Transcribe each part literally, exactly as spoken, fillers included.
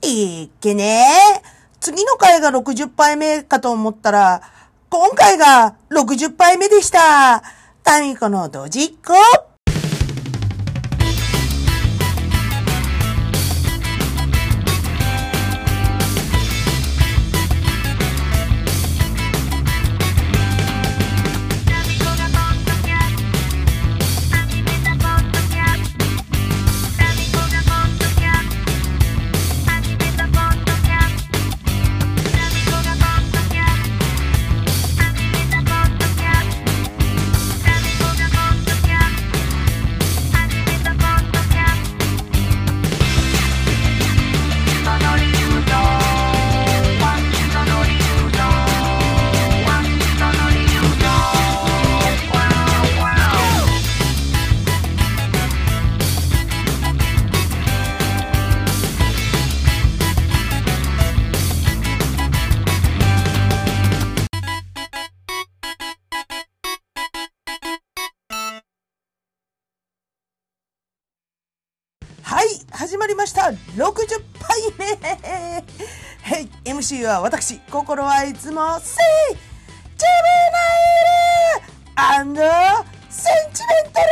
いっけね。次の回がろくじゅっぱいめかと思ったら、今回がろくじゅっぱいめでした。タミコのドジっ子。はい、始まりました。ろくじゅっぱいめ。はい、エムシー は私、心はいつもセイ、ジュブナイル&センチメンタル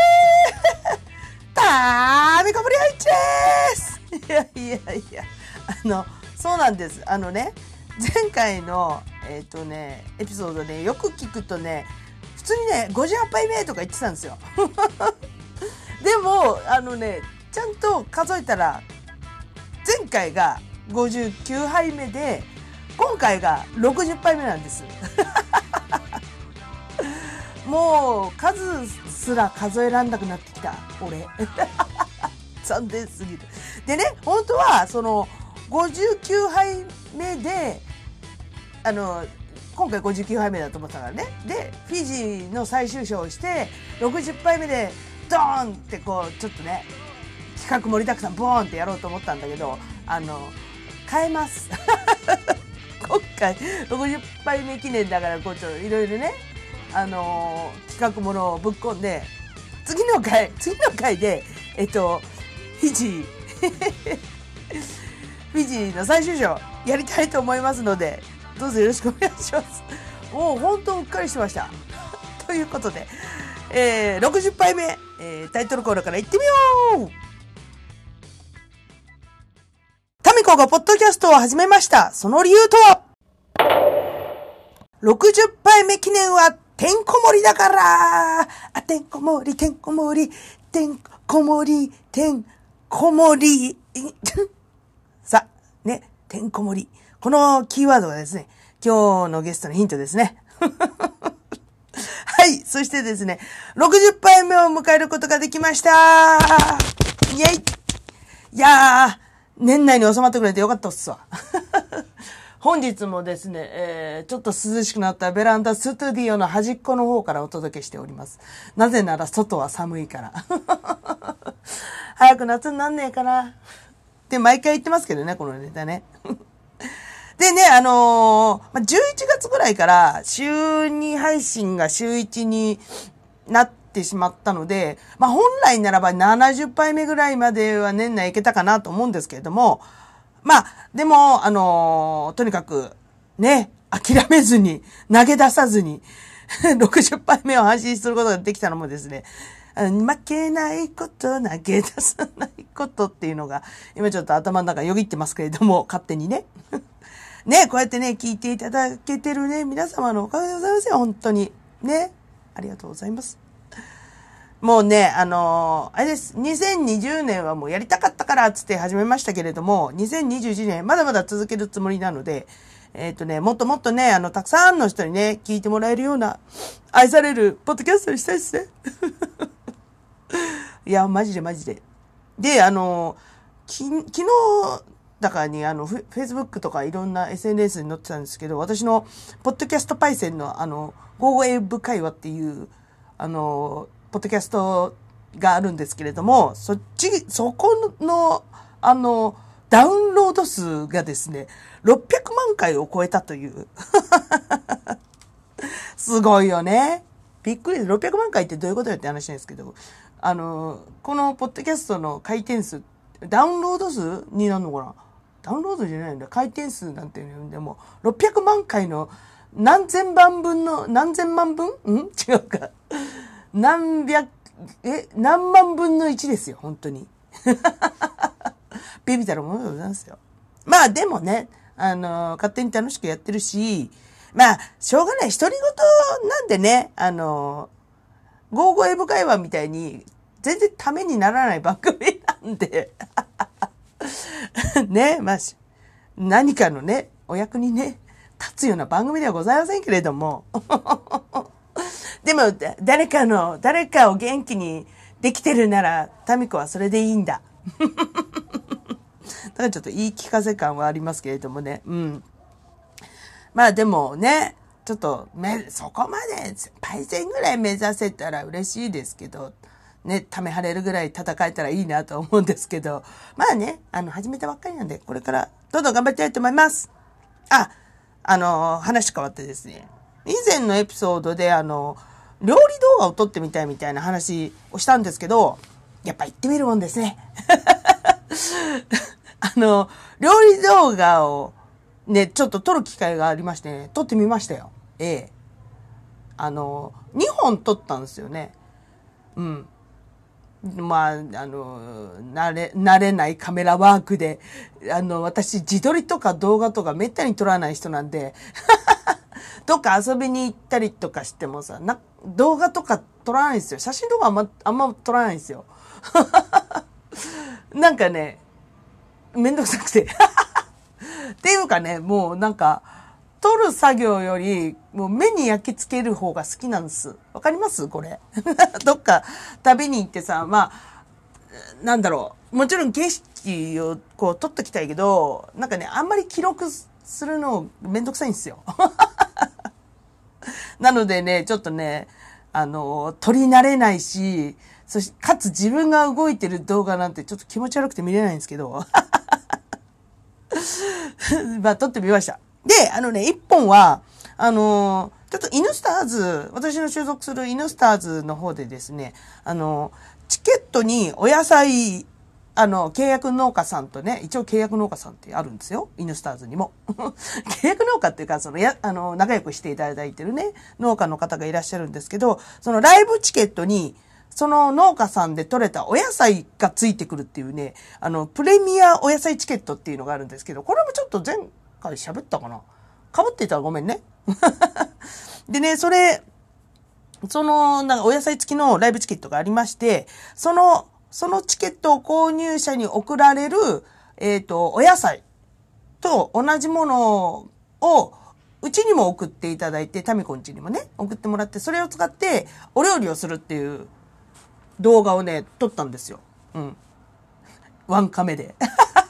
タミコブリハイチです。いやいやいや、あの、そうなんです。あのね、前回の、えっとね、エピソードね、よく聞くとね、普通にね、ごじゅうはちぱいめとか言ってたんですよ。でも、あのね、ちゃんと数えたら前回がごじゅうきゅうはいめで今回がろくじゅっぱいめなんです。もう数すら数えらんなくなってきた俺。残念すぎる。でね、本当はそのごじゅうきゅうはいめであの今回ごじゅうきゅうはいめだと思ったからね。でフィジーの最終章をしてろくじゅっぱいめでドーンってこうちょっとね企画盛りだくさんボーンってやろうと思ったんだけど、あの変えます。今回ろくじゅっぱいめ記念だからこうちょっといろいろね、あのー、企画ものをぶっ込んで次の回次の回でえっとフィジーフィジーの最終章やりたいと思いますのでどうぞよろしくお願いします。もう本当うっかりしてました。ということで、えー、ろくじゅっぱいめ、えー、タイトルコールからいってみよう。タミコがポッドキャストを始めました。その理由とはろくじゅっぱいめ記念はてんこ盛りだから。あ、てんこ盛り、てんこ盛り、てんこ盛り、てんこ盛り。さ、ね、てんこ盛り。このキーワードがですね、今日のゲストのヒントですね。はい、そしてですね、ろくじゅっぱいめを迎えることができました。イェイ。いやー、年内に収まってくれてよかったっすわ。本日もですね、えー、ちょっと涼しくなったベランダスタジオの端っこの方からお届けしております。なぜなら外は寒いから。早く夏になんねえかな。って毎回言ってますけどね、このネタね。でね、あのー、じゅういちがつぐらいから週に配信が週いちになってしまったので、まあ本来ならばななじゅっぱいめぐらいまでは年内いけたかなと思うんですけれども、まあでも、あのー、とにかくね、諦めずに、投げ出さずに、ろくじゅっぱいめを配信することができたのもですね、負けないこと、投げ出さないことっていうのが、今ちょっと頭の中よぎってますけれども、勝手にね。ね、こうやってね、聞いていただけてるね、皆様のおかげでございますよ、本当に。ね。ありがとうございます。もうね、あのー、あれです。にせんにじゅうねんはもうやりたかったからつって始めましたけれども、にせんにじゅういちねんまだまだ続けるつもりなので、えっとね、もっともっとね、あの、たくさんの人にね、聞いてもらえるような、愛されるポッドキャストにしたいですね。いや、マジでマジで。で、あのー、き、昨日、だからに、あの、フェイスブックとかいろんな エスエヌエス に載ってたんですけど、私の、ポッドキャストパイセンの、あの、ゴーゴーエブ会話っていう、あの、ポッドキャストがあるんですけれども、そっち、そこの、あの、ダウンロード数がですね、ろっぴゃくまんかいを超えたという。すごいよね。びっくりです。ろっぴゃくまんかいってどういうことよって話なんですけど、あの、このポッドキャストの回転数、ダウンロード数になるのかなダウンロードじゃないんだ。回転数なんていうのでも、ろっぴゃくまんかいの何千万分の、何千万分ん違うか。何百、え、何万分のいちですよ、本当に。ビビたるものでございますよ。まあでもね、あの、勝手に楽しくやってるし、まあ、しょうがない。独り言なんでね、あの、ゴーゴーエブ会話みたいに、全然ためにならない番組なんで。ね、まあ、何かのね、お役にね、立つような番組ではございませんけれども。でも、誰かの、誰かを元気にできてるなら、タミコはそれでいいんだ。だからちょっと言い聞かせ感はありますけれどもね。うん。まあでもね、ちょっとめ、そこまで、パイセンぐらい目指せたら嬉しいですけど、ね、ため張れるぐらい戦えたらいいなと思うんですけど、まあね、あの、始めたばっかりなんで、これからどんどん頑張りたいと思います。あ、あの、話変わってですね、以前のエピソードであの、料理動画を撮ってみたいみたいな話をしたんですけど、やっぱ行ってみるもんですね。あの、料理動画をね、ちょっと撮る機会がありましてね、撮ってみましたよ。ええ。あの、にほん撮ったんですよね。うん。まあ、あの、慣れ、慣れないカメラワークで、あの、私、自撮りとか動画とかめったに撮らない人なんで、どっか遊びに行ったりとかしてもさ、な、動画とか撮らないんですよ。写真とかあんま、あんま撮らないんですよ。なんかね、めんどくさくて。っていうかね、もうなんか、撮る作業より、もう目に焼き付ける方が好きなんです。わかりますこれ。どっか旅に行ってさ、まあ、なんだろう。もちろん景色をこう撮っときたいけど、なんかね、あんまり記録するのめんどくさいんですよ。なのでね、ちょっとね、あの、撮り慣れないし、そし、かつ自分が動いてる動画なんてちょっと気持ち悪くて見れないんですけど。まあ、撮ってみました。で、あのね、一本は、あのー、ちょっとイヌスターズ、私の所属するイヌスターズの方でですね、あのー、チケットにお野菜、あの、契約農家さんとね、一応契約農家さんってあるんですよ。イヌスターズにも。契約農家っていうか、その、や、あの、仲良くしていただいてるね、農家の方がいらっしゃるんですけど、そのライブチケットに、その農家さんで採れたお野菜がついてくるっていうね、あの、プレミアお野菜チケットっていうのがあるんですけど、これもちょっと前回喋ったかな？被っていたらごめんね。でね、それ、その、なんかお野菜付きのライブチケットがありまして、その、そのチケットを購入者に送られる、えっと、お野菜と同じものを、うちにも送っていただいて、タミコんちにもね、送ってもらって、それを使ってお料理をするっていう動画をね、撮ったんですよ。うん。ワンカメで。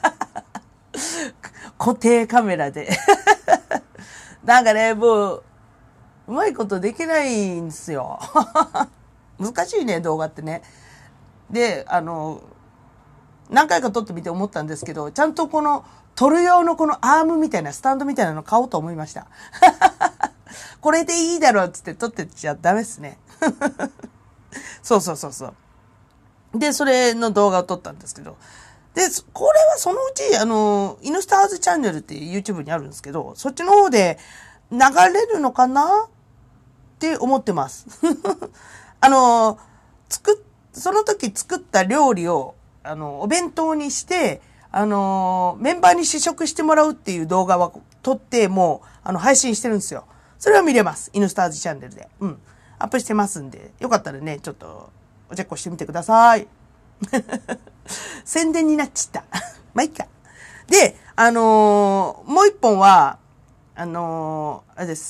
固定カメラで。なんかね、もう、うまいことできないんですよ。難しいね、動画ってね。で、あの、何回か撮ってみて思ったんですけど、ちゃんとこの、撮る用のこのアームみたいな、スタンドみたいなの買おうと思いました。これでいいだろうっつって撮ってちゃダメっすね。そうそうそうそう。で、それの動画を撮ったんですけど。で、これはそのうち、あの、イヌスターズチャンネルっていう YouTube にあるんですけど、そっちの方で流れるのかなって思ってます。あの、作っ、その時作った料理を、あの、お弁当にして、あの、メンバーに試食してもらうっていう動画は撮って、もう、あの、配信してるんですよ。それは見れます。イヌスターズチャンネルで。うん。アップしてますんで、よかったらね、ちょっと、おチェックしてみてください。宣伝になっちゃった。まあ、いいか。で、あのー、もう一本は、あのー、あれです。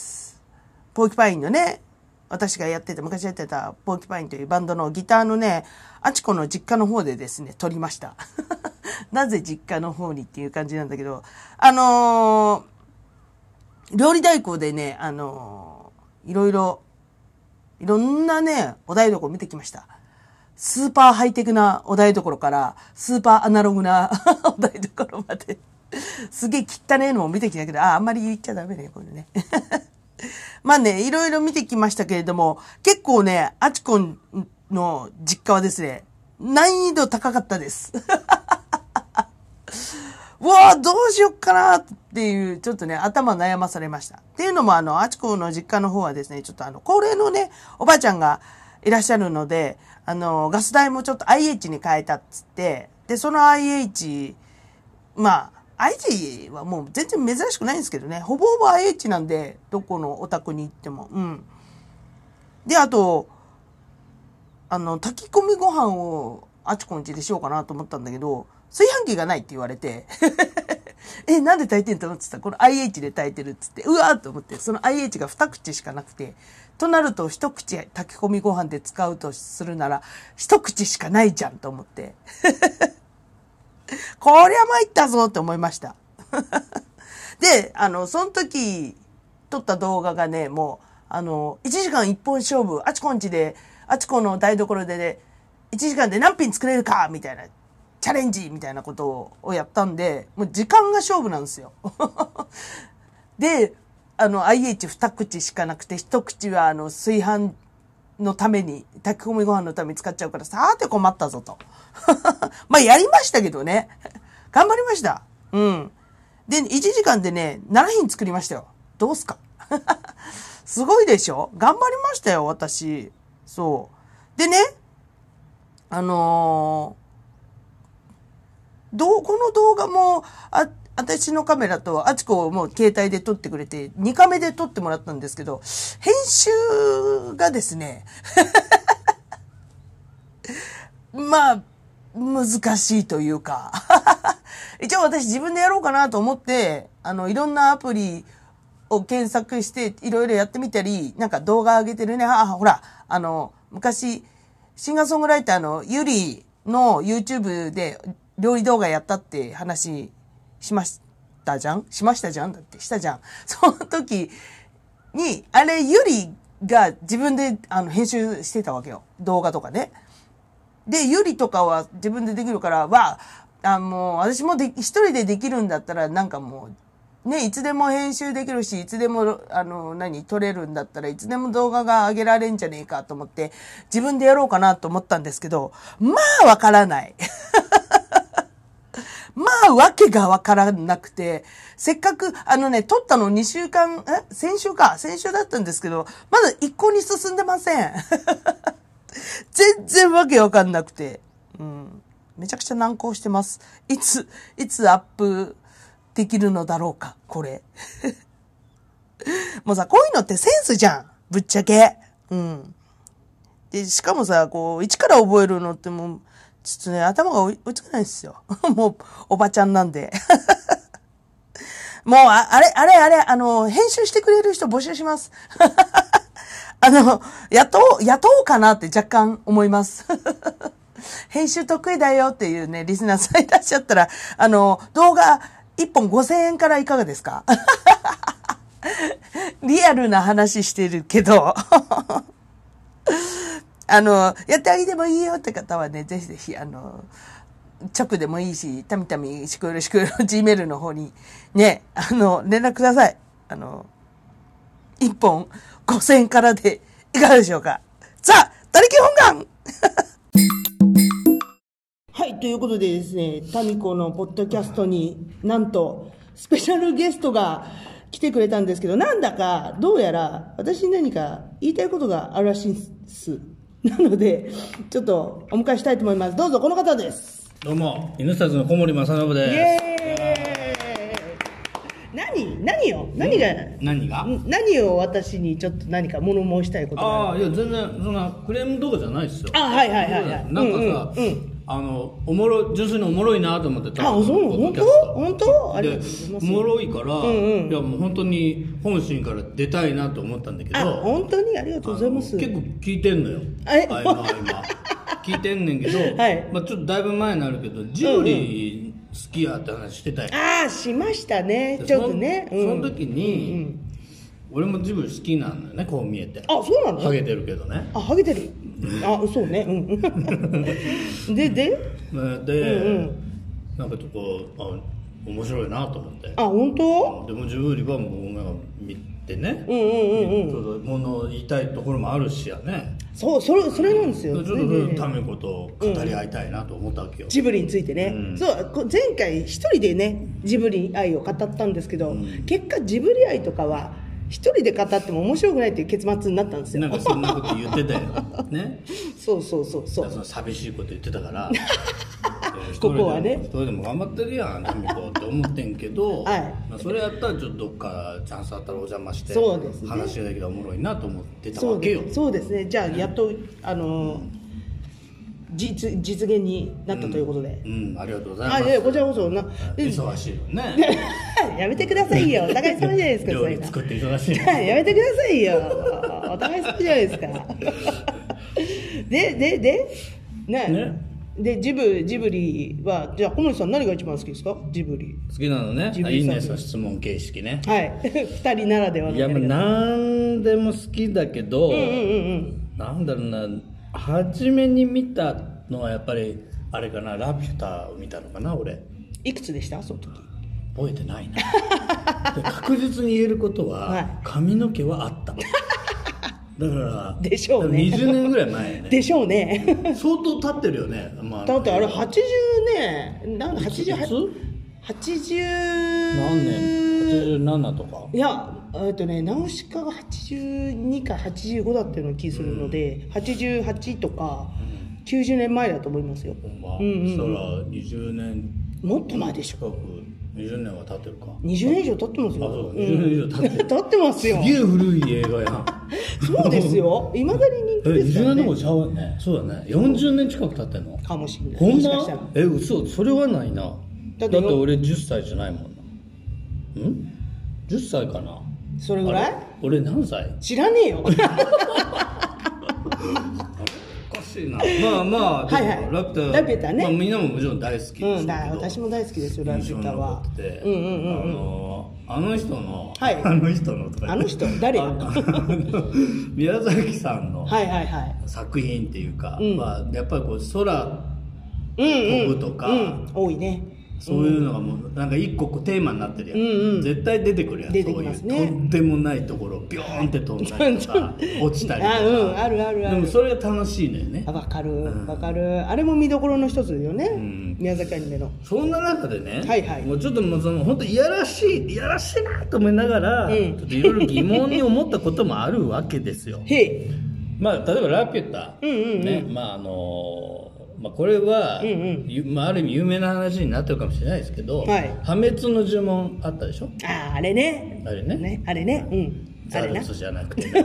ポーキパインのね、私がやってた、昔やってたポーキパインというバンドのギターのね、あちこの実家の方でですね、撮りました。なぜ実家の方にっていう感じなんだけど、あのー、料理代行でね、あのー、いろいろ、いろんなね、お台所見てきました。スーパーハイテクなお台所から、スーパーアナログなお台所まで、すげえ汚ねえのも見てきたけど、あ、あんまり言っちゃダメね、これね。まあね、いろいろ見てきましたけれども、結構ね、あちこの実家はですね、難易度高かったです。 うわーどうしよっかなっていう、ちょっとね、頭悩まされました。っていうのも、あの、あちこの実家の方はですね、ちょっとあの、高齢のね、おばあちゃんがいらっしゃるので、あの、ガス代もちょっと アイエイチ に変えたっつって、で、その アイエイチ、まあ、アイエイチ はもう全然珍しくないんですけどね、ほぼほぼ アイエイチ なんで、どこのお宅に行っても。うん。で、あと、あの、炊き込みご飯をあちこんちでしようかなと思ったんだけど、炊飯器がないって言われて、え、なんで炊いてんのって言ったら、この アイエイチ で炊いてるっつって、うわーと思って、その アイエイチ がに口しかなくて、となると一口炊き込みご飯で使うとするなら、一口しかないじゃんと思って。こりゃ参ったぞって思いました。で、あの、その時撮った動画がね、もう、あの、いちじかん一本勝負、あちこんちで、あちこの台所でね、いちじかんで何品作れるかみたいな、チャレンジみたいなことをやったんで、もう時間が勝負なんですよ。で、あの、アイエイチに口しかなくて、一口はあの、炊飯のために、炊き込みご飯のために使っちゃうから、さーて困ったぞと。まあ、やりましたけどね。頑張りました。うん。で、いちじかんでね、なな品作りましたよ。どうすかすごいでしょ？頑張りましたよ、私。そう。でね、あのー、どう、この動画も、あ、私のカメラとあちこをもう携帯で撮ってくれて、にカメで撮ってもらったんですけど、編集がですね、まあ、難しいというか、一応私自分でやろうかなと思って、あの、いろんなアプリを検索して、いろいろやってみたり、なんか動画上げてるね、あ、ほら、あの、昔、シンガーソングライターのゆりの YouTube で料理動画やったって話しましたじゃんしましたじゃんだってしたじゃん。その時に、あれゆりが自分であの編集してたわけよ。動画とかね。で、ゆりとかは自分でできるから、わ、あ、もう私もで一人でできるんだったらなんかもう、ね、いつでも編集できるし、いつでも、あの、何、撮れるんだったらいつでも動画が上げられんじゃねえかと思って、自分でやろうかなと思ったんですけど、まあわからない。まあわけがわからなくて、せっかく、あのね、撮ったのにしゅうかん、え先週か、先週だったんですけど、まだ一向に進んでません。全然わけわかんなくて、うん。めちゃくちゃ難航してます。いつ、いつアップ、できるのだろうか、これ。もうさ、こういうのってセンスじゃん。ぶっちゃけ。うん。で、しかもさ、こう、一から覚えるのってもう、ちょっとね、頭が追いつかないんですよ。もう、おばちゃんなんで。もう、あ、あれ、あれ、あれ、あの、編集してくれる人募集します。あの、雇おう、雇おうかなって若干思います。編集得意だよっていうね、リスナーさんいらっしゃったら、あの、動画、いっぽんごせんえんからいかがですか？リアルな話してるけど、あの、やってあげてもいいよって方はね、ぜひぜひ、あの、直でもいいし、たみたみしくよろしくよろ Gmail の方に、ね、あの、連絡ください。あの、いっぽんごせんえんからでいかがでしょうか？さあ、他力本願はい、ということでですね、タミコのポッドキャストになんとスペシャルゲストが来てくれたんですけど、なんだかどうやら私に何か言いたいことがあるらしいです。なので、ちょっとお迎えしたいと思います。どうぞ、この方です。 どうも、犬スターズの小森正信です。 イエーイ。何何よ何が何が何を私にちょっと何か物申したいことがある。ああ、いや、全然、そんなクレーム動画じゃないですよ。 あ、はいはいはいはい。 なんかさ、うんうんうん、あの、おもろ、純粋におもろいなと思ってた。 あ、そうなの？本当？本当？ありがとうございます。 おもろいから、うんうん、いやもう本当に本心から出たいなと思ったんだけど。 あ、本当にありがとうございます。 結構聞いてんのよ。 えあ、今、今。聞いてんねんけど、はい、まあちょっとだいぶ前になるけど、ジブリ好きやって話してたよ。 ああ、しましたね。ちょっとね。 その、うん、その時に、うんうん、俺もジブリ好きなんだよね、こう見えて。 あ、そうなの？ ハゲてるけどね。 あ、ハゲてる。あ、そうね。うん。で、で、 で、うんうん、なんかちょっと、あ、 面白いなと思って。 あ、本当？ でもジブリはもうなんか見てね、 うんうんうんうん、 ものを言いたいところもあるしやね。 そう、それそれなんですよ。 ちょっとタミコと語り合いたいなと思ったわけよ、 うん、ジブリについてね、うん、そう前回一人でねジブリ愛を語ったんですけど、うん、結果ジブリ愛とかは一人で語っても面白くないっていう結末になったんですよ。 なんかそんなこと言ってたよね。 そうそうそうそう。 その寂しいこと言ってたからここはね一人でも頑張ってるやんタミコって思ってんけど、はい、まあ、それやったらちょっとどっかチャンスあったらお邪魔して、そうですね、話ができたらおもろいなと思ってたわけよ。 そうです、そうですね。じゃあやっとあのーうん、実, 実現になったということで、 うんうん、ありがとうございます。 あ、いやこちらこそな忙しいよね。 やめてくださいよ、お互い様じゃないですか。 料理作って忙しい。 やめてくださいよ、お互い様じゃないですか。でででねねでジブジブリはじゃあ小森さん何が一番好きですか？ジブリ好きなのね。いいね、その質問形式ね。 はいふたりならではの。 いや、まあ何でも好きだけど、うんうんうんうん、なんだろうな、初めに見たのはやっぱりあれかな、ラピュタを見たのかな。俺いくつでしたその時？ 覚えてないな。で確実に言えることは、はい、髪の毛はあった。だからでしょうね、 にじゅうねんぐらい前ね。 でしょうね。 相当経ってるよね、まあ、 だってあれはちじゅうねんなんだはちじゅうはち はちじゅう何年はちじゅうななとか。 いやえっとねナウシカがはちじゅうにかはちじゅうごだったような気するので、うん、はちじゅうはちとか、うん、きゅうじゅうねんまえだと思いますよ。 ほんま、うんうんうん、そしたらにじゅうねんもっと前でしょ。 にじゅうねんは経ってるか。 にじゅうねん以上経ってますよ。 あ、そう、にじゅうねん以上経ってる。 経ってますよ。 すげえ古い映画やん。 そうですよ。いまだに人気ですからね。 にじゅうねんでもちゃうね。そうだね。よんじゅうねん近く経ってんの。 かもしれない。 ほんま？え、嘘。それはないな。だって俺じゅっさいじゃないもんな。ん？じゅっさいかな。 それぐらい？ 俺何歳？ 知らねえよ。 まあまあ、 はいはい、 ラピュタ、 ラピュタね、 まあ、みんなももちろん大好きですけど、 うん、だ私も大好きですよラピュタは。 うんうんうんうん、あのあの人の、はい、あの人のとかあの人誰や宮崎さんの作品っていうか、 はいはいはい、 まあ、やっぱりこう空飛ぶとか、うんうんうん、 多いね。 そういうのがもうなんか一個テーマになってるやん、うんうん、絶対出てくるやん。 出てきますね。 そういうとんでもないところビョーンって飛んだりとか落ちたりとか。 あ、うん、あるあるある。 でもそれが楽しいのよね。 わかるわかる、うん、あれも見どころの一つよね、うん、宮崎アニメの。 そんな中でね、 はいはい、 もうちょっともうその本当いやらしいいやらしいなと思いながら、うん、ちょっといろいろ疑問に思ったこともあるわけですよ。 へい。 まあ例えばラピュタ、 うんうんうん、 ね、まああのーまあ、これは、うんうん、まあ、ある意味有名な話になってるかもしれないですけど、はい、破滅の呪文あったでしょ。 ああ、あれねあれねねあれね、うん、 ザルツじゃなくていや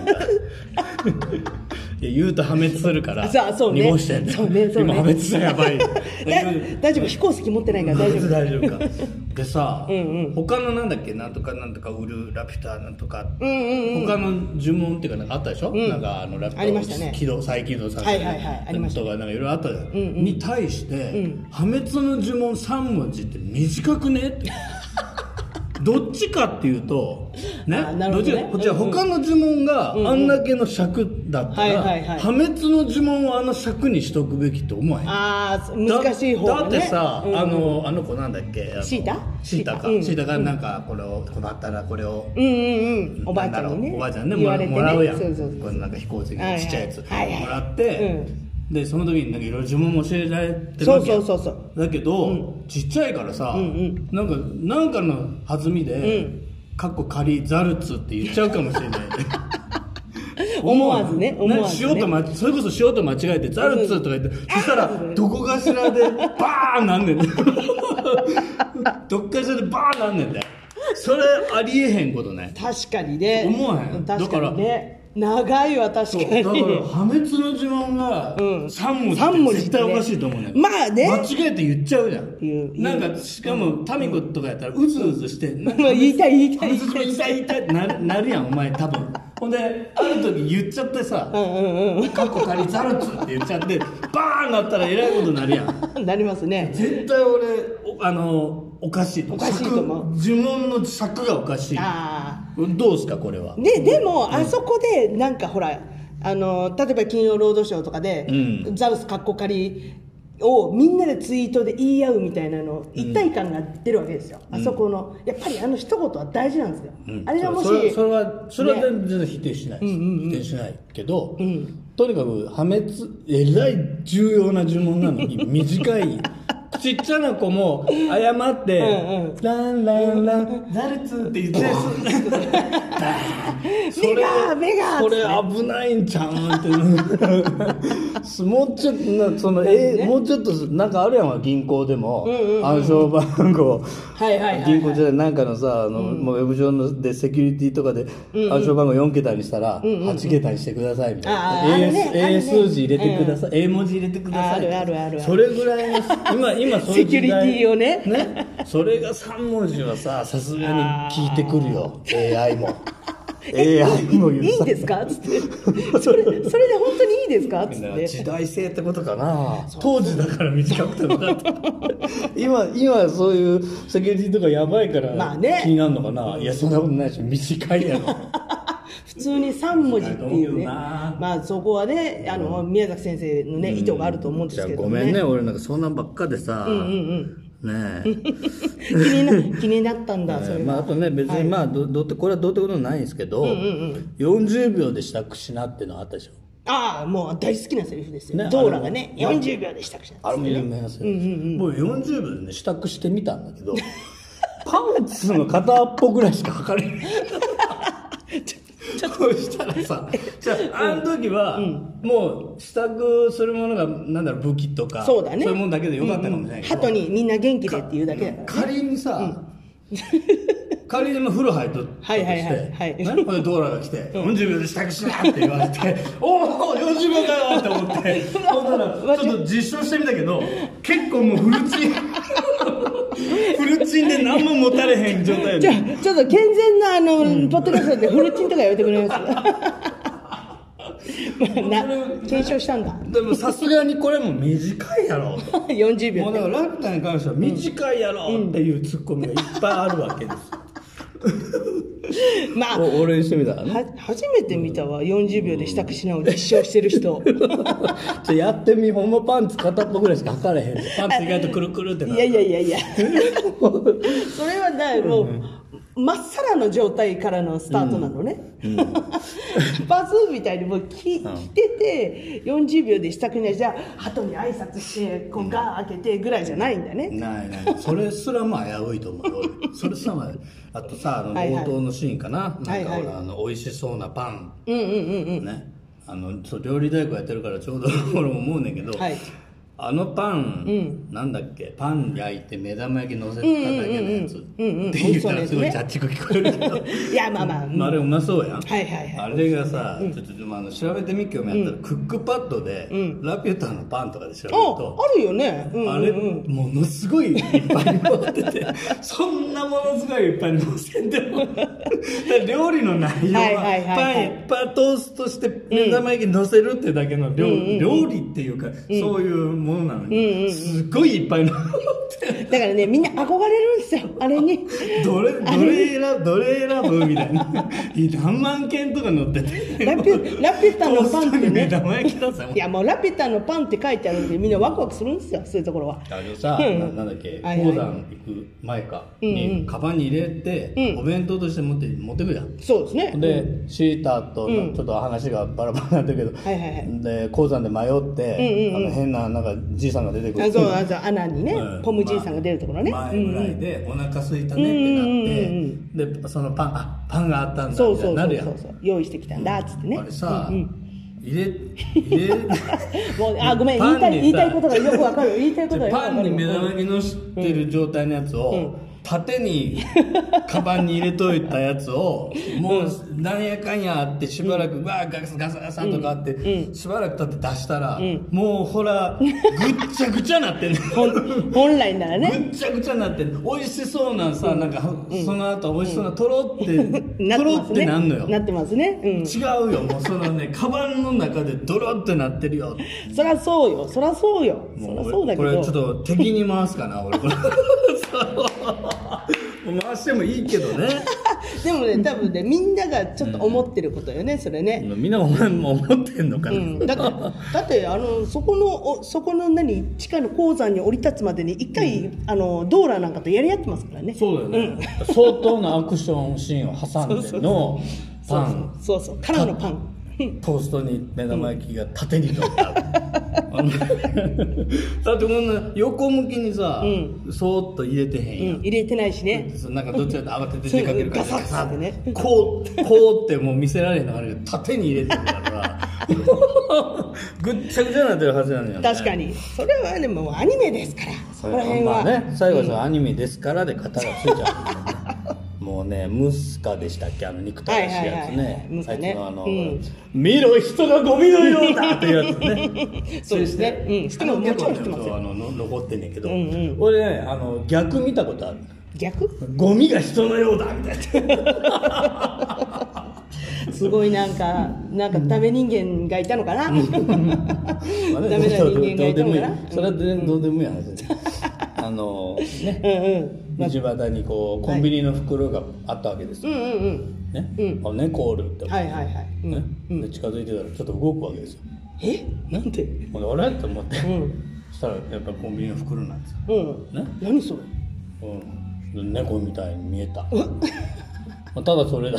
言うと破滅するからそうね、 濁してんね。 そうね、そうね、 今破滅したらやばい。 大丈夫、飛行石持ってないから大丈夫大丈夫か。でさ、うんうん、他のなんだっけ、なんとかなんとか売るラピュタなんとか、うんうんうん、他の呪文っていうかなんかあったでしょ、うん、なんかあのラピュタを起動、再起動させる、 はいはいはい、ありましたとかなんかいろいろあったじゃん、うんうん、に対して、うん、破滅の呪文さん文字って短くねってどっちかっていうとね、ね、どっちかこっちは他の呪文があんだけの尺だったら、破滅の呪文をあの尺にしとくべきって思わへん。 ああ、難しい方がね。だってさ、うんうん、あのあの子なんだっけ、 シータシータか、うん、シータがなんかこれを困ったらこれを、 うんうんうん、おばあちゃんにね、 おばあちゃんね、もら、ね、もらうやん。そうそうそう、これなんか飛行石のちっちゃいやつ、はいはい、もらって、はいはい、うんでその時になんかいろいろ呪文も教えられてるわけや。 そうそうそうそうだけど、うん、ちっちゃいからさ、うんうん、なんかなんかの弾みで、うん、かっこ仮ザルツって言っちゃうかもしれない思わずね、思わずね、 塩とまそれこそ塩と間違えてザルツとか言って、うん、そしたらどこかしらでバーンなんねんどっかしらでバーンなんねんだよ。それありえへんことね。 確かにね、 思わへん。 確かにね、長いわ、確かに。だから破滅の呪文がさん文字って絶対おかしいと思うね。 まあね、 間違えて言っちゃうじゃん。なんかしかもタミコとかやったらうずうずして、 うん、言いたい言いたい言いたい言いたい言いたいってななるやんお前多分。ほんである時言っちゃってさ、うんうんうん、カッコ仮ザルツって言っちゃってバーンなったらえらいことになるやん。 なりますね。 絶対俺あのおかしいと思う。おかしいと思う。 呪文の尺がおかしい。あどうですかこれは。 ででも、うん、あそこでなんかほらあの例えば金曜ロードショーとかで、うん、ザルスカッコ仮をみんなでツイートで言い合うみたいなの、一体感が出るわけですよ、うん、あそこのやっぱりあの一言は大事なんですよ、うん、あれがもしそ, そ, れそれはそれは全然否定しないです、ね、うんうんうん、否定しないけど、うん、とにかく破滅えらい重要な呪文なのに短いちっちゃな子も謝って「うんうん、ランランランザルツ」って言ってそれ目がこれ危ないんちゃうんってもうちょっとなその、ね、えもうちょっとなんかあるやんわ銀行でも、うんうんうん、暗証番号、はいはいはいはい、銀行じゃなんかのさあの、うん、もうウェブ上のでセキュリティとかで暗証番号よん桁にしたら、うんうん、はち桁にしてくださいみたいな、うんうんうん、英、ね、数字入れてください、うん、英文字入れてください、 あるあるあるある、 それぐらいの今今そういう時代セキュリティを ね, ねそれがさん文字はささすがに聞いてくるよ エーアイ もエーアイ も言ういいんですかっつってそれそれで本当にいいですかっつって時代性ってことかな、当時だから短くてもかった今今そういうセキュリティとかやばいから気になるのかな、まあね、いやそんなことないし短いやろ普通にさん文字っていうね、まあそこはねあの宮崎先生のね、うん、意図があると思うんですけどね。 じゃあごめんね俺なんかそんなんばっかでさ、うんうんうんねえ気にな気になったんだ、ね、それは、 まあ、あとね別にまあ、はい、どどってこれはどうってことないんですけど、うんうんうん、よんじゅうびょうで支度しなっていうのあったでしょ。 ああもう大好きなセリフですよ、ね、ドーラがねよんじゅうびょうで支度しなって、ね、 あれも有名なセリフ、うんうんうん、もうよんじゅうびょうでね支度してみたんだけどパンツの片っぽぐらいしか測れないそうしたらさじゃああの時は、うん、もう支度するものがなんだろう武器とかそうだ、ね、そういうものだけでよかったかもしれないけど、 鳩、うんうん、にみんな元気でっていうだけだから、 ね、仮にさ、うん、仮に風呂入っとったとして、はいはいはいはい、ね、ドーラが来て、うん、よんじゅうびょうで支度しなって言われておおよんじゅうびょうかよって思ってそしたらちょっと実証してみたけど結構もうフルチンフルチンで何も持たれへん状態でじゃあちょっと健全なあの、うん、ポッドキャストでフルチンとかやめてくれますな検証したんだ。 でもさすがにこれも短いやろよんじゅうびょうもうだからラピュタに関しては短いやろっていうツッコミがいっぱいあるわけですまあ俺にしてみたらねは初めて見たわよんじゅうびょうで支度しなを実証してる人じゃやってみほんまパンツ片っぽぐらいしか測れへんパンツ意外とくるくるってなるいやいやいやいやそれはだもう、うんまっさらの状態からのスタートなのね、うんうん、バズーみたいにもう着ててよんじゅうびょうで支度にじゃあ鳩に挨拶してこうガー開けてぐらいじゃないんだね、 うん、ないないそれすらも危ういと思うそれすらもあとさあの冒頭のシーンかな、はいはい、なんかほらあの美味しそうなパン、うんうんうんうん、ねあのそう料理大工やってるからちょうど俺も思うねんけど、はいあのパン、うん、なんだっけパン焼いて目玉焼き乗せただけのやつって言ったらすごいチャッチく聞こえるけどいやまあまあ、うん、 あれうまそうやん、 はいはいはい、 あれがさ、うん、ちょっとあの調べてみっけよやったら、うん、クックパッドで、うん、ラピュタのパンとかで調べるとあるよね、うんうんうん、 あれものすごいいっぱい乗っててそんなものすごいいっぱい乗せても料理の内容は、はいはいはいはい、パンいっぱいトーストして目玉焼き乗せるってだけの料,、うん、料理っていうか、うん、そういうものなのに、うんうんすごいいっぱい乗ってだからねみんな憧れるんですよあれにどれどれ選ぶどれ選ぶみたいな何万件とか乗っててラピュラピュタのパンってねいやもうラピュタのパンって書いてあるんでみんなワクワクするんですよそういうところはあのさ、うん、な, なんだっけ鉱山行く前かに、うんうん、カバンに入れて、うん、お弁当として持って持ってくじゃんそうですねで、うん、シーターとちょっと話がバラバラになってるけど、うんはいはいはい、で鉱山で迷って、うんうんうん、あの変ななんかじいさんが出てくるあそうあそう穴にね、うん、ポムじいさんが出るところね、 まあ、前ぐらいでお腹空いたねってなって、うんうんうん、でそのパンあパンがあったんだそうそうなるやんそうそう用意してきたんだっつってね、 うん、あれさ、うんうん入れ入れもうあごめん言いたい言いたいことがよくわかる言いたいことがよくわかるパンに目玉焼きのしてる状態のやつを、うん縦にカバンに入れといたやつをもうなんやかんやあってしばらくわーガサガサガサとかあってしばらく経って出したらもうほらぐっちゃぐちゃなってんね本来ならねぐっちゃぐちゃなって美味しそうなさなんかその後美味しそうなとろってとろってなんのよなってますね違うよもうそのねカバンの中でドロってなってるよそりゃそうよそりゃそうよそりゃそうだけどこれちょっと敵に回すかな俺これ回してもいいけどねでもね、多分ね、みんながちょっと思ってることよね、それね。 みんな思ってんのかな、うん、 だってだってあのそこのそこの何地下の鉱山に降り立つまでに一回、うん、あのドーラなんかとやり合ってますからね。 そうだよね、うん、相当なアクションシーンを挟んでのパン、 そうそうそうからのパン、 トーストに目玉焼きが縦に乗った、うん、だってこんな横向きにさ、うん、そーっと入れてへんやん、うん、入れてないしね、なんかどっちかと慌てて出かけるからガサッてね、こうこうってもう見せられへんのがあるけど縦に入れてるからぐっちゃぐちゃになってるはずなんだよね。確かにそれはね、もうアニメですから、そこら辺は、まあね、最後はそのアニメですからで型がついちゃうんだよねもうね、ムスカでしたっけ、あの憎たらしいやつね、あいつのあの、うん、見ろ人がゴミのようだっていうやつねそうですね、うん、してももちろん知ってますよ、あの残ってんねんけど、うんうん、俺ね、あの逆見たことある。逆？ゴミが人のようだみたいなすごいなんかなんかダメ人間がいたのかなダメな人間がいたのかな。それは全然どうでもいい話ですあのね、道端にこうコンビニの袋があったわけですよ、うんうんうんね、うん、あ、猫おるって思って、はいはいはい、うんね、うん、で近づいてたらちょっと動くわけですよ。え？なんで？あれって思って、うん、そしたらやっぱコンビニの袋なんですよ、うんね、何それ、うん、猫みたいに見えたただそれだ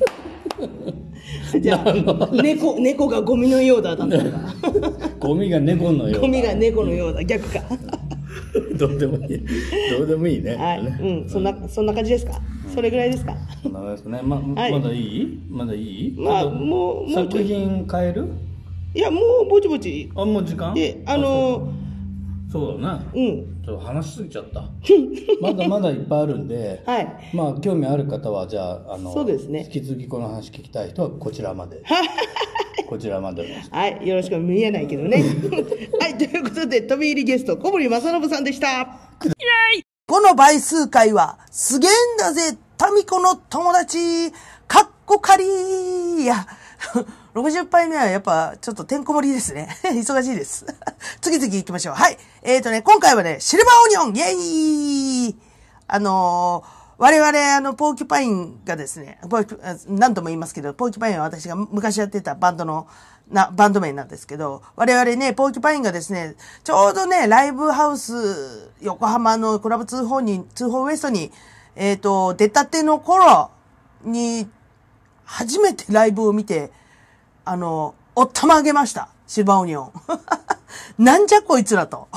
けじゃあ猫、猫がゴミのようだだったのかゴミが猫のようだ、ゴミが猫のようだ、逆かどうでもいい、どうでもいいね。はい、うん、そんなそんな感じですか。それぐらいですか。そんな感じですね。まはい、まだいい？まだいい？まあもう作品変える？いやもうぼちぼち。あ、もう時間？で、あのー、そうだな。うん。ちょっと話しすぎちゃった。まだまだいっぱいあるんで、はい。まあ興味ある方はじゃああのそうですね。引き続きこの話聞きたい人はこちらまで。こちらまでお願いします。はい、よろしく見えないけどね。はい、ということで、飛び入りゲスト、小堀正信さんでした。この倍数回は、すげえんだぜ、タミコの友達、かっこかりーや。ろくじゅっぱいめはやっぱ、ちょっとてんこ盛りですね。忙しいです。次々行きましょう。はい。えーとね、今回はね、シルバーオニオン、イェイあのー、我々、あの、ポーキュパインがですね、何度も言いますけど、ポーキュパインは私が昔やってたバンドの、な、バンド名なんですけど、我々ね、ポーキュパインがですね、ちょうどね、ライブハウス、横浜のクラブ通報に、通報ウエストに、えっと、出たての頃に、初めてライブを見て、あの、おったまあげました。シルバーオニオン。なんじゃこいつらと。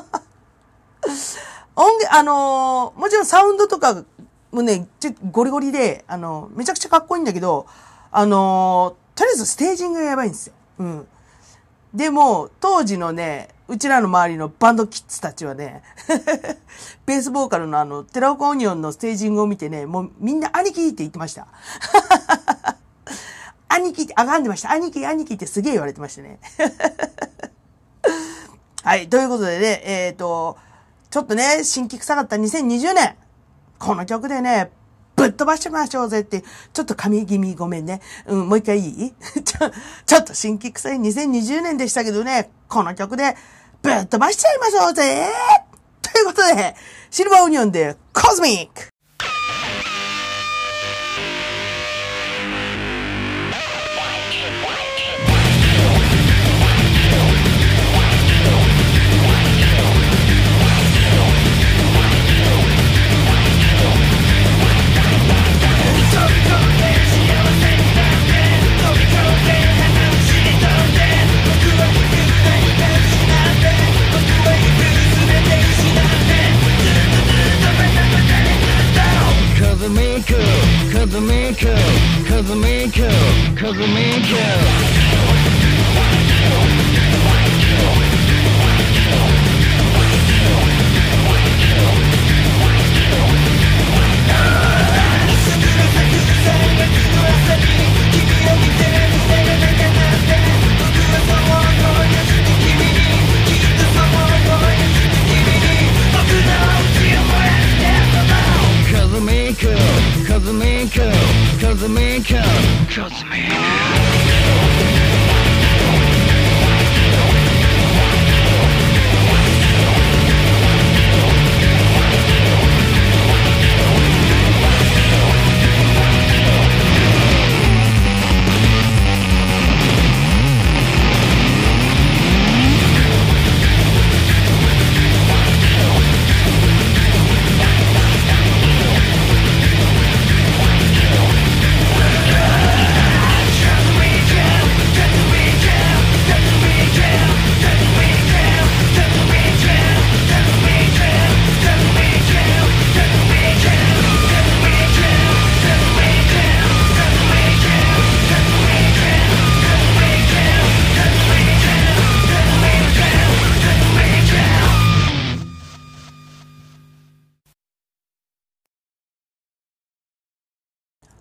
音源、あのー、もちろんサウンドとか、もうね、ちょゴリゴリで、あの、めちゃくちゃかっこいいんだけど、あのー、とりあえずステージングがやばいんですよ。うん。でも、当時のね、うちらの周りのバンドキッズたちはね、ベースボーカルのあの、寺岡オニオンのステージングを見てね、もうみんな兄貴って言ってました。兄貴って、あがんでました。兄貴、兄貴ってすげえ言われてましたね。はい、ということでね、えっと、ちょっとね、新規臭かったにせんにじゅうねん。この曲でね、ぶっ飛ばしてましょうぜって、ちょっと神気味ごめんね。うん、もう一回いいちょ、ちょっと新規臭いにせんにじゅうねんでしたけどね、この曲でぶっ飛ばしちゃいましょうぜということで、シルバーオニオンでコズミック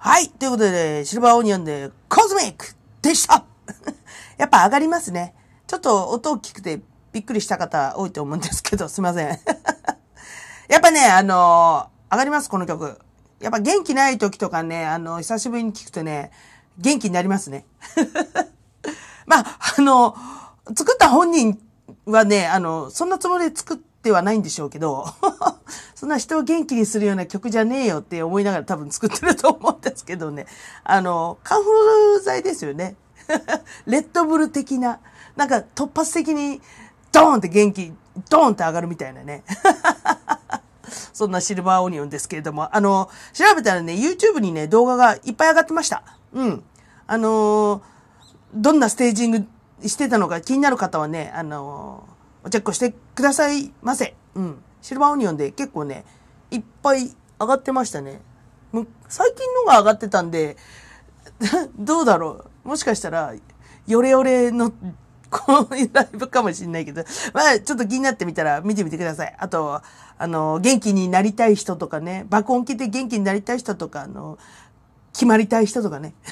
はい。ということで、シルバーオニオンでコズミックでした。やっぱ上がりますね。ちょっと音大きくてびっくりした方多いと思うんですけど、すいません。やっぱね、あのー、上がります、この曲。やっぱ元気ない時とかね、あの、久しぶりに聴くとね、元気になりますね。まあ、あの、作った本人はね、あの、そんなつもりで作ってはないんでしょうけど、そんな人を元気にするような曲じゃねえよって思いながら多分作ってると思うんですけどね。あの、カンフル剤ですよね。レッドブル的な、なんか突発的にドーンって元気、ドーンって上がるみたいなね。そんなシルバーオニオンですけれども、あの、調べたらね、YouTube にね、動画がいっぱい上がってました。うん。あのー、どんなステージングしてたのか気になる方はね、あのー、チェックしてくださいませ。うん。シルバーオニオンで結構ね、いっぱい上がってましたね。最近のが上がってたんで、どうだろう。もしかしたら、ヨレヨレの、こういうライブかもしれないけど、まあ、ちょっと気になってみたら見てみてください。あと、あの、元気になりたい人とかね、爆音聞いて元気になりたい人とか、あの、決まりたい人とかね。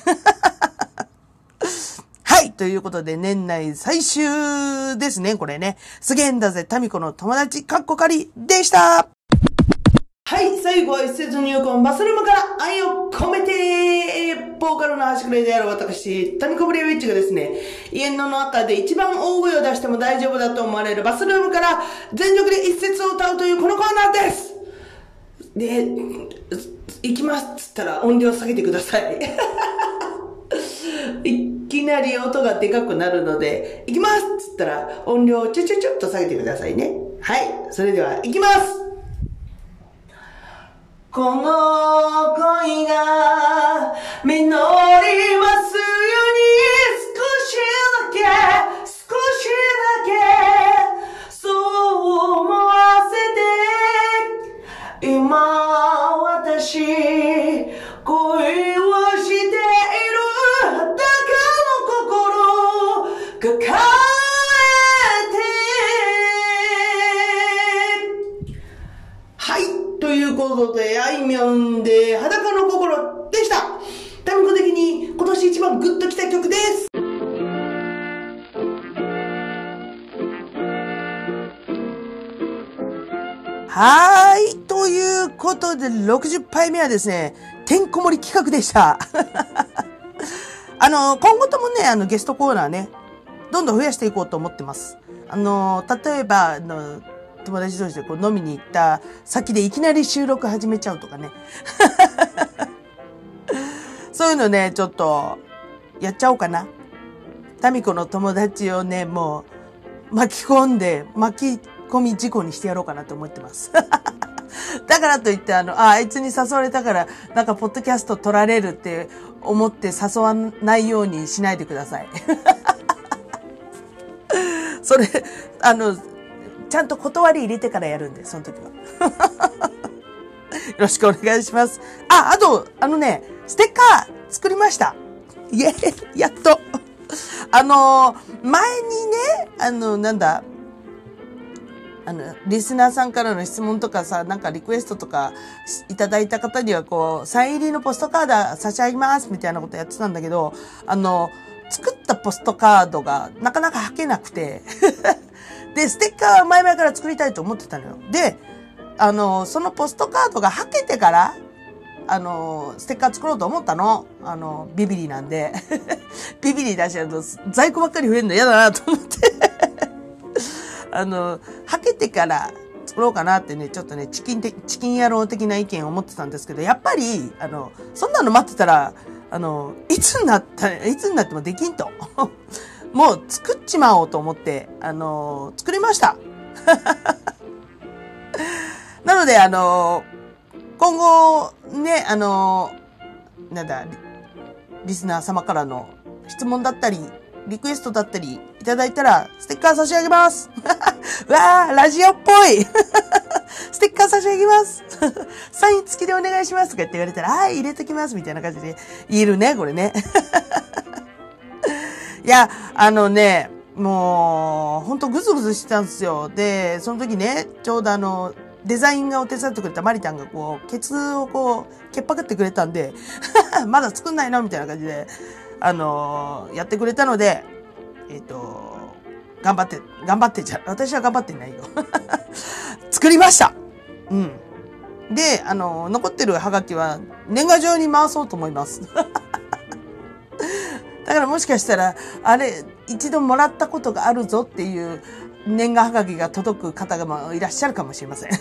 はい。ということで、年内最終ですね、これね。すげえんだぜ、タミコの友達、カッコ仮でした。はい、最後は一節入魂バスルームから愛を込めて、ボーカルの端くれである私、タミコブレウィッチがですね、家の中で一番大声を出しても大丈夫だと思われるバスルームから全力で一節を歌うというこのコーナーです。で、行きますっつったら音量下げてください。いきなり音がでかくなるので、行きますっつったら音量をちょちょちょっと下げてくださいね。はい、それでは行きます。この恋が実りますように少しだけ少しだけそう思わせて今私恋をしている裸の心抱えてはいということで、あいみょんで裸の心でした。タミコ的に今年一番グッときた曲です。はーい。ということで、ろくじゅっぱいめはですね、てんこ盛り企画でした。あの、今後ともね、あの、ゲストコーナーね、どんどん増やしていこうと思ってます。あの、例えば、あの、友達同士でこう飲みに行った先でいきなり収録始めちゃうとかね。そういうのね、ちょっとやっちゃおうかな。タミコの友達をね、もう巻き込んで、巻き込み事故にしてやろうかなと思ってます。だからといって、あの、あ、あいつに誘われたから、なんかポッドキャスト撮られるって思って誘わないようにしないでください。それ、あの、ちゃんと断り入れてからやるんで、その時は。よろしくお願いします。あ、あと、あのね、ステッカー作りました。イェーイやっと。あの、前にね、あの、なんだ、あの、リスナーさんからの質問とかさ、なんかリクエストとかいただいた方には、こう、サイン入りのポストカード差し上げます、みたいなことやってたんだけど、あの、作ったポストカードがなかなか履けなくて、で、ステッカーは前々から作りたいと思ってたのよ。で、あの、そのポストカードがはけてから、あの、ステッカー作ろうと思ったの。あの、ビビリなんで。ビビリ出しちゃうと在庫ばっかり増えるの嫌だなと思って。あの、はけてから作ろうかなってね、ちょっとね、チキン的、チキン野郎的な意見を持ってたんですけど、やっぱり、あの、そんなの待ってたら、あの、いつになった、いつになってもできんと。もう作っちまおうと思って、あのー、作りました。なので、あのー、今後、ね、あのー、なんだ、リスナー様からの質問だったり、リクエストだったりいただいたら、ステッカー差し上げます。わー、ラジオっぽい。ステッカー差し上げます。サイン付きでお願いしますとかって言われたら、はい、入れときます。みたいな感じで言えるね、これね。いや、あのね、もう、ほんとぐずぐずしてたんですよ。で、その時ね、ちょうどあの、デザインがお手伝ってくれたマリタンがこう、ケツをこう、けっぱくってくれたんで、 まだ作んないのみたいな感じで、あのー、やってくれたので、えっと、頑張って、頑張ってじゃ、私は頑張ってないよ。作りました。うん。で、あのー、残ってるハガキは年賀状に回そうと思います。だからもしかしたら、あれ、一度もらったことがあるぞっていう年賀はがきが届く方がいらっしゃるかもしれません。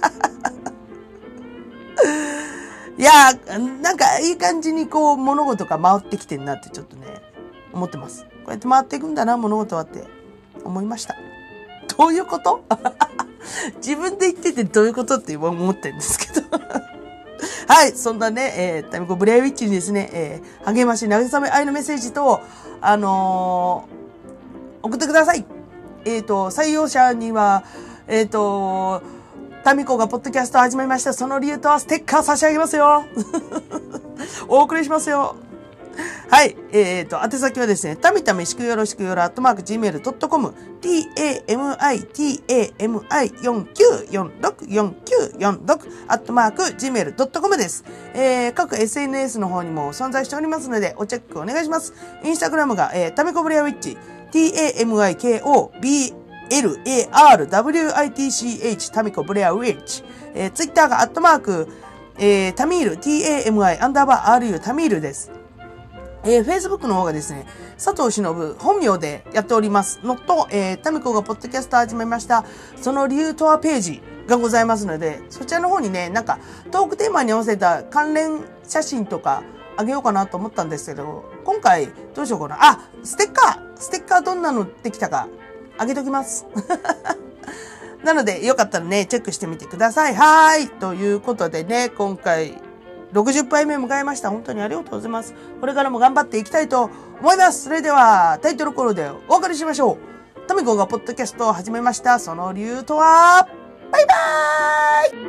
いやー、なんかいい感じにこう物事が回ってきてんなってちょっとね、思ってます。こうやって回っていくんだな、物事はって思いました。どういうこと自分で言っててどういうことって思ってるんですけど。はい、そんなね、えー、タミコブレアウィッチにですね、えー、励まし、慰め、愛のメッセージと、あのー、送ってください。えっと、採用者には、えっと、タミコがポッドキャストを始めました。その理由とはステッカー差し上げますよ。お送りしますよ。はい。えっと、宛先はですね、たみたみしくよろしくよろ、アットマーク、ジーメールドットコム、たまたまよんきゅうよんろくよんきゅうよんろく、アットマーク、ジーメールドットコム です。えー、各 エスエヌエス の方にも存在しておりますので、おチェックお願いします。インスタグラムが、えー、タミコブレアウィッチ、たまいこブエルエーアールダブリューアイティーシーエイチ タミコブレアウィッチ、えー、ツイッターがアットマーク、えー、タミール、たまアンダーバー ru タミールです。えー、Facebook の方がですね、佐藤忍本名でやっておりますのと、えー、タミコがポッドキャスト始めました。その理由とはページがございますので、そちらの方にね、なんかトークテーマに合わせた関連写真とかあげようかなと思ったんですけど、今回どうしようかな。あ、ステッカーステッカーどんなのできたかあげときます。なので、よかったらね、チェックしてみてください。はーい。ということでね、今回、ろくじゅっぱいめ迎えました。本当にありがとうございます。これからも頑張っていきたいと思います。それでは、タイトルコールでお別れしましょう。タミコがポッドキャストを始めました。その理由とは、バイバーイ。